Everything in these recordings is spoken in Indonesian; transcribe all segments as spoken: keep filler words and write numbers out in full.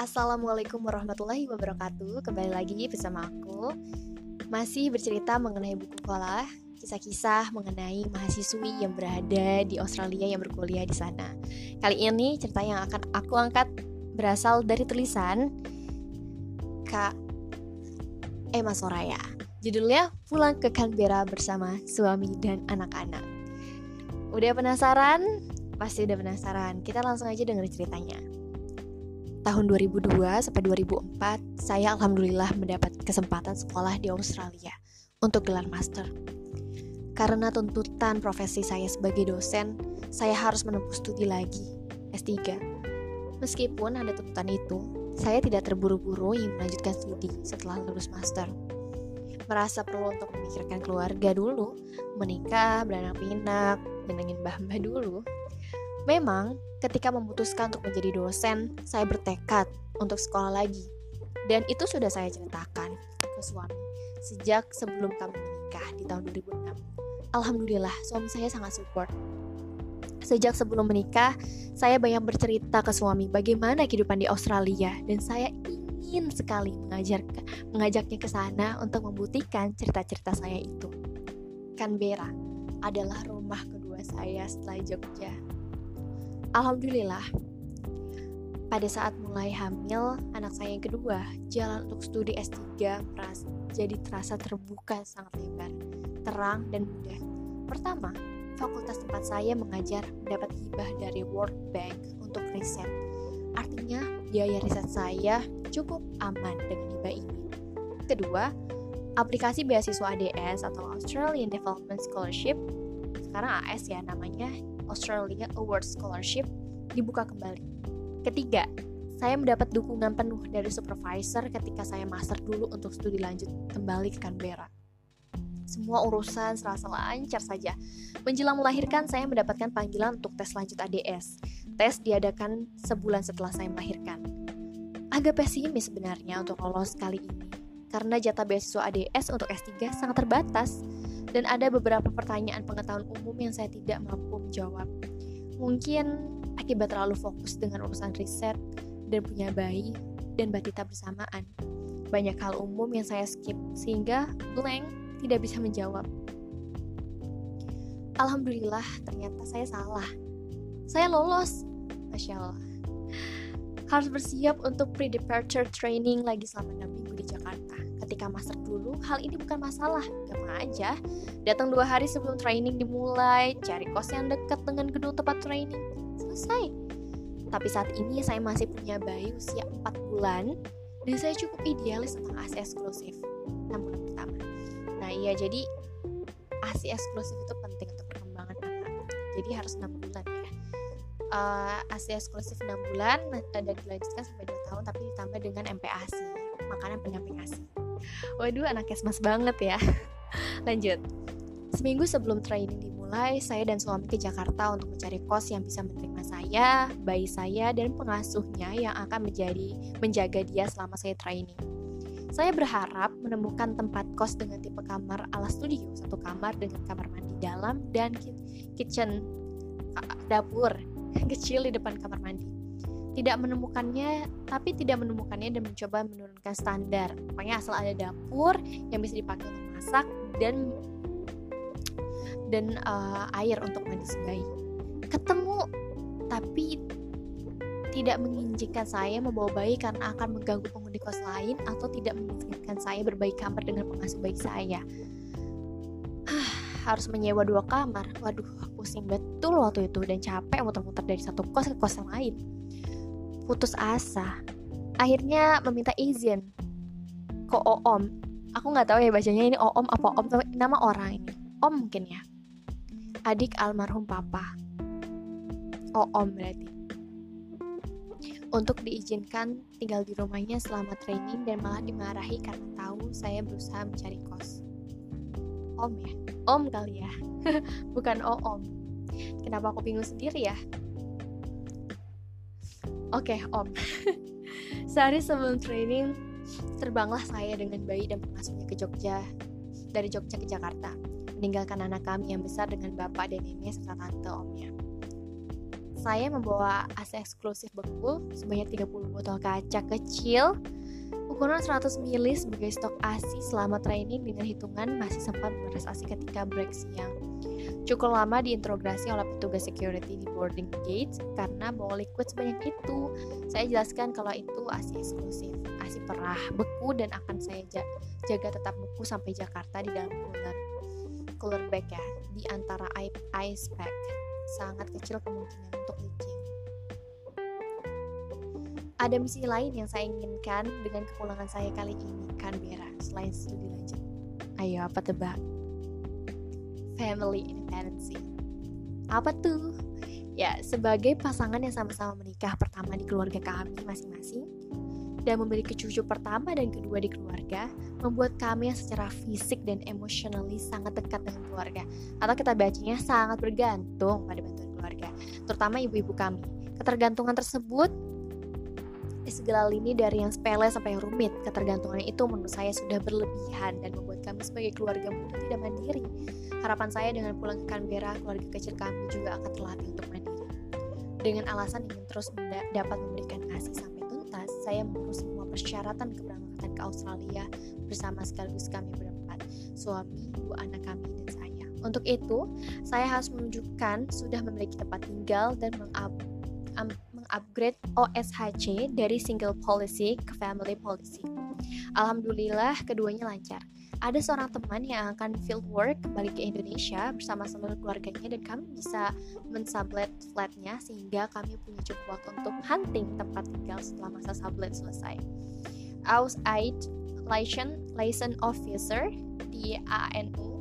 Assalamualaikum warahmatullahi wabarakatuh. Kembali lagi bersama aku, masih bercerita mengenai buku sekolah, kisah-kisah mengenai mahasiswi yang berada di Australia yang berkuliah di sana. Kali ini cerita yang akan aku angkat berasal dari tulisan Kak Emma Soraya. Judulnya Pulang ke Canberra bersama suami dan anak-anak. Udah penasaran? Pasti udah penasaran. Kita langsung aja dengerin ceritanya. Tahun dua ribu dua sampai dua ribu empat, saya alhamdulillah mendapat kesempatan sekolah di Australia untuk gelar master. Karena tuntutan profesi saya sebagai dosen, saya harus menempuh studi lagi, S tiga. Meskipun ada tuntutan itu, saya tidak terburu-buru ingin melanjutkan studi setelah lulus master. Merasa perlu untuk memikirkan keluarga dulu, menikah, beranak pinak, nyenengin mbah-mbah dulu. Memang, ketika memutuskan untuk menjadi dosen, saya bertekad untuk sekolah lagi. Dan itu sudah saya ceritakan ke suami sejak sebelum kami menikah di tahun dua ribu enam. Alhamdulillah, suami saya sangat support. Sejak sebelum menikah, saya banyak bercerita ke suami bagaimana kehidupan di Australia, dan saya ingin sekali mengajar, mengajaknya ke sana untuk membuktikan cerita-cerita saya itu. Canberra adalah rumah kedua saya setelah Jogja. Alhamdulillah, pada saat mulai hamil anak saya yang kedua, jalan untuk studi S tiga merasa, jadi terasa terbuka sangat lebar, terang dan mudah. Pertama, fakultas tempat saya mengajar mendapat hibah dari World Bank untuk riset. Artinya, biaya riset saya cukup aman dengan hibah ini. Kedua, aplikasi beasiswa A D S atau Australian Development Scholarship, sekarang A S ya namanya, Australia Award Scholarship, dibuka kembali. Ketiga, saya mendapat dukungan penuh dari supervisor ketika saya master dulu untuk studi lanjut kembali ke Canberra. Semua urusan serasa lancar saja. Menjelang melahirkan, saya mendapatkan panggilan untuk tes lanjut A D S. Tes diadakan sebulan setelah saya melahirkan. Agak pesimis sebenarnya untuk lolos kali ini, karena jatah beasiswa A D S untuk S tiga sangat terbatas. Dan ada beberapa pertanyaan pengetahuan umum yang saya tidak mampu menjawab. Mungkin akibat terlalu fokus dengan urusan riset dan punya bayi dan batita bersamaan. Banyak hal umum yang saya skip sehingga blank tidak bisa menjawab. Alhamdulillah ternyata saya salah. Saya lolos. Masya Allah. Harus bersiap untuk pre-departure training lagi selama enam minggu di Jakarta. Ketika master dulu, hal ini bukan masalah. Gampang aja. Datang dua hari sebelum training dimulai, cari kos yang dekat dengan gedung tempat training. Selesai. Tapi saat ini saya masih punya bayi usia empat bulan, dan saya cukup idealis tentang A C eksklusif enam bulan pertama. Nah iya, jadi A C eksklusif itu penting untuk perkembangan anak. Jadi harus enam bulan ya. Uh, A C eksklusif enam bulan dan dilanjutkan sampai dua tahun, tapi ditambah dengan M P A S I, makanan pendamping A S I. Waduh, anak kesmas banget ya. Lanjut. Seminggu sebelum training dimulai, saya dan suami ke Jakarta untuk mencari kos yang bisa menerima saya, bayi saya, dan pengasuhnya yang akan menjadi menjaga dia selama saya training. Saya berharap menemukan tempat kos dengan tipe kamar ala studio, satu kamar dengan kamar mandi dalam dan kitchen, dapur kecil di depan kamar mandi. Tidak menemukannya, tapi tidak menemukannya dan mencoba menurunkan standar. Pokoknya asal ada dapur yang bisa dipakai untuk masak dan dan uh, air untuk mandi si bayi. Ketemu, tapi tidak mengizinkan saya membawa bayi karena akan mengganggu penghuni kos lain atau tidak mengizinkan saya berbagi kamar dengan pengasuh bayi saya. Harus menyewa dua kamar. Waduh, pusing betul waktu itu dan capek muter-muter dari satu kos ke kos yang lain. Putus asa. Akhirnya meminta izin ke Oom. Aku nggak tahu ya bacanya ini Oom apa Om, tapi nama orang ini Om mungkin ya. Adik almarhum papa. Oom berarti. Untuk diizinkan tinggal di rumahnya selama training dan malah dimarahi karena tahu saya berusaha mencari kos. Om ya? Om kali ya? Bukan Oom. Kenapa aku bingung sendiri ya? Oke, okay, Om. Sehari sebelum training, terbanglah saya dengan bayi dan pengasuhnya ke Jogja, dari Jogja ke Jakarta, meninggalkan anak kami yang besar dengan bapak dan nenek serta tante omnya. saya membawa A C eksklusif beku sebanyak tiga puluh botol kaca kecil ukuran seratus mililiter sebagai stok A S I selama training, dengan hitungan masih sempat memeras A S I ketika break siang. Cukup lama diinterogasi oleh petugas security di boarding gate karena bawa liquid sebanyak itu. Saya jelaskan kalau itu A S I eksklusif, A S I perah, beku, dan akan saya jaga tetap beku sampai Jakarta di dalam cooler. Cooler bag ya, di antara ice pack. Sangat kecil kemungkinan untuk leaking. Ada misi lain yang saya inginkan dengan kepulangan saya kali ini, Canberra, selain studi lanjut. Ayo, apa tebak? Family independence. Apa tuh? Ya, sebagai pasangan yang sama-sama menikah pertama di keluarga kami masing-masing dan memiliki cucu pertama dan kedua di keluarga, membuat kami yang secara fisik dan emotionally sangat dekat dengan keluarga. Atau kita bacanya sangat bergantung pada bantuan keluarga, terutama ibu-ibu kami. Ketergantungan tersebut di segala lini, dari yang sepele sampai yang rumit. Ketergantungan itu menurut saya sudah berlebihan dan membuat kami sebagai keluarga muda tidak mandiri. Harapan saya dengan pulang ke Canberra, keluarga kecil kami juga akan terlatih untuk mandiri. Dengan alasan ingin terus menda- dapat memberikan A S I sampai tuntas, saya mengurus semua persyaratan keberangkatan ke Australia bersama, sekaligus kami berempat, suami, dua anak kami, dan saya. Untuk itu, saya harus menunjukkan sudah memiliki tempat tinggal dan mengab- um, mengupgrade O S H C dari single policy ke family policy. Alhamdulillah, keduanya lancar. Ada seorang teman yang akan field work kembali ke Indonesia bersama seluruh keluarganya, dan kami bisa mensublet flatnya sehingga kami punya cukup waktu untuk hunting tempat tinggal setelah masa sublet selesai. Aus Aid License License Officer di A N U,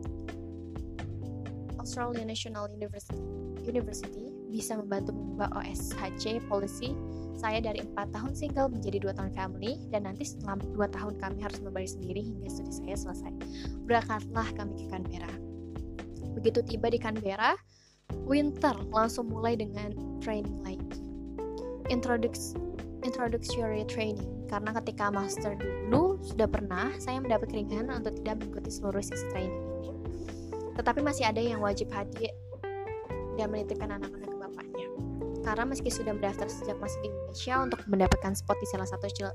Australian National University, University bisa membantu mengubah O S H C policy saya dari empat tahun single menjadi dua tahun family, dan nanti setelah dua tahun kami harus membayar sendiri hingga studi saya selesai. Berangkatlah kami ke Canberra. Begitu tiba di Canberra, winter langsung mulai dengan training lagi. Introduce, introductory training, karena ketika master dulu sudah pernah saya mendapat keringanan untuk tidak mengikuti seluruh sesi training ini. Tetapi masih ada yang wajib hadir dan menitipkan anak-anak ke bapaknya. Karena meski sudah mendaftar sejak masih di Indonesia untuk mendapatkan spot di salah satu child,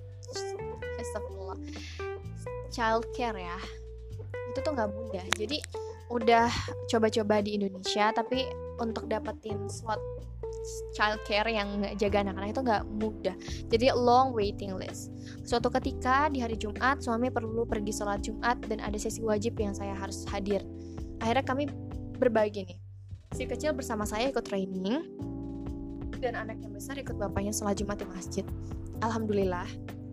child care ya, itu tuh nggak mudah. Jadi udah coba-coba di Indonesia, tapi untuk dapetin slot child care yang jaga anak-anak itu nggak mudah. Jadi long waiting list. Suatu ketika di hari Jumat, suami perlu pergi sholat Jumat dan ada sesi wajib yang saya harus hadir. Akhirnya kami berbagi nih. Si kecil bersama saya ikut training, dan anak yang besar ikut bapaknya sholat Jumat di masjid. Alhamdulillah,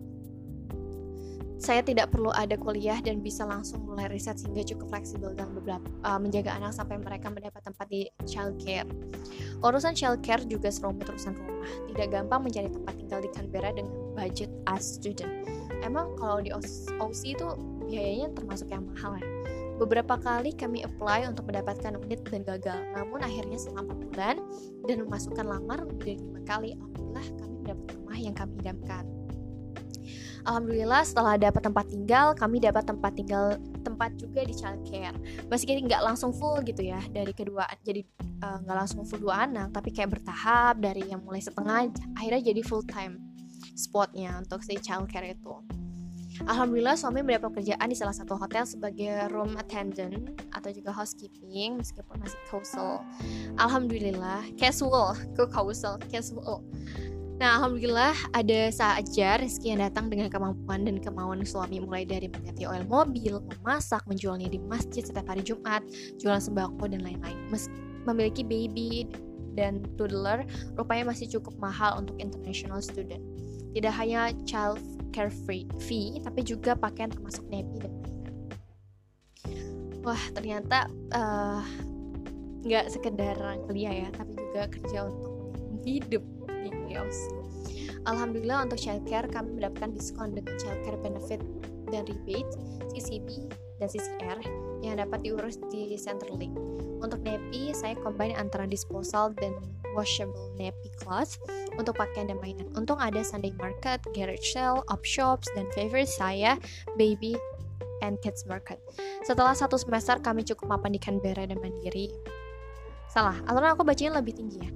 saya tidak perlu ada kuliah dan bisa langsung mulai riset sehingga cukup fleksibel dalam beberapa uh, menjaga anak sampai mereka mendapat tempat di child care. Urusan child care juga serumit urusan rumah. Tidak gampang mencari tempat tinggal di Canberra dengan budget as student. Emang kalau di O C itu biayanya termasuk yang mahal ya. Beberapa kali kami apply untuk mendapatkan unit dan gagal. Namun akhirnya selama empat bulan dan memasukkan lamar lebih dari lima kali, alhamdulillah kami mendapat rumah yang kami idamkan. Alhamdulillah setelah dapat tempat tinggal, kami dapat tempat tinggal tempat juga di child care. Meski nggak langsung full gitu ya dari kedua, jadi nggak uh, langsung full dua anak, tapi kayak bertahap dari yang mulai setengah, akhirnya jadi full time spotnya untuk si child care itu. Alhamdulillah suami mendapat pekerjaan di salah satu hotel sebagai room attendant atau juga housekeeping, meskipun masih casual. Alhamdulillah casual, kok casual, casual. Nah, alhamdulillah ada saja rezeki yang datang dengan kemampuan dan kemauan suami, mulai dari mengganti oil mobil, memasak, menjualnya di masjid setiap hari Jumat, jualan sembako dan lain-lain. Meski memiliki baby dan toddler, rupanya masih cukup mahal untuk international student. Tidak hanya child care free fee, tapi juga pakaian termasuk nappy dan mainan. Wah, ternyata nggak uh, sekedar kuliah ya, tapi juga kerja untuk hidup di O C. Alhamdulillah untuk childcare kami mendapatkan diskon dengan childcare benefit dan rebate, C C B dan C C R yang dapat diurus di Centrelink. Untuk nappy, saya combine antara disposal dan washable nappy cloth untuk pakaian dan mainan. Untung ada Sunday Market, garage sale, op shops, dan favorite saya, baby and kids market. Setelah satu semester kami cukup mapan di Canberra dan mandiri. Salah, aturan aku bacanya lebih tinggi ya.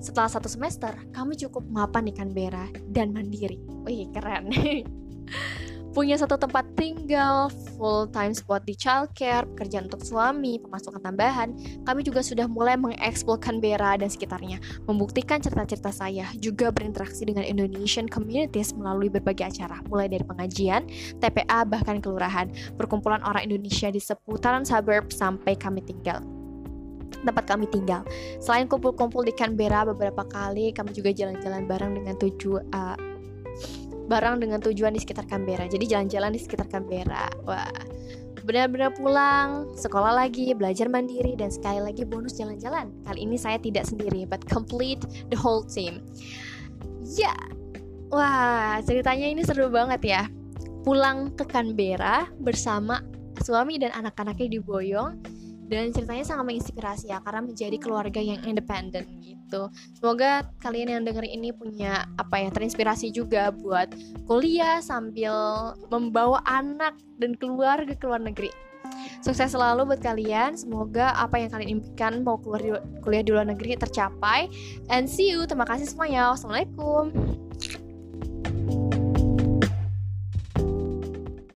Setelah satu semester, kami cukup mapan di Canberra dan mandiri. Wih, keren. Punya satu tempat tinggal, full-time spot di childcare, pekerjaan untuk suami, pemasukan tambahan. Kami juga sudah mulai mengeksplor Canberra dan sekitarnya, membuktikan cerita-cerita saya, juga berinteraksi dengan Indonesian communities melalui berbagai acara, mulai dari pengajian, T P A, bahkan kelurahan, perkumpulan orang Indonesia di seputaran suburb sampai kami tinggal. tempat kami tinggal. Selain kumpul-kumpul di Canberra beberapa kali, kami juga jalan-jalan bareng dengan tujuan uh, bareng dengan tujuan di sekitar Canberra. Jadi jalan-jalan di sekitar Canberra. Wah, benar-benar pulang, sekolah lagi, belajar mandiri, dan sekali lagi bonus jalan-jalan. Kali ini saya tidak sendiri, but complete the whole team. Ya, wah, ceritanya ini seru banget ya. Pulang ke Canberra bersama suami dan anak-anaknya di Boyong. Dan ceritanya sangat menginspirasi ya, karena menjadi keluarga yang independen gitu. Semoga kalian yang denger ini punya apa ya, terinspirasi juga buat kuliah sambil membawa anak dan keluarga ke luar negeri. Sukses selalu buat kalian. Semoga apa yang kalian impikan mau keluar di, kuliah di luar negeri tercapai. And see you. Terima kasih semuanya. Wassalamualaikum.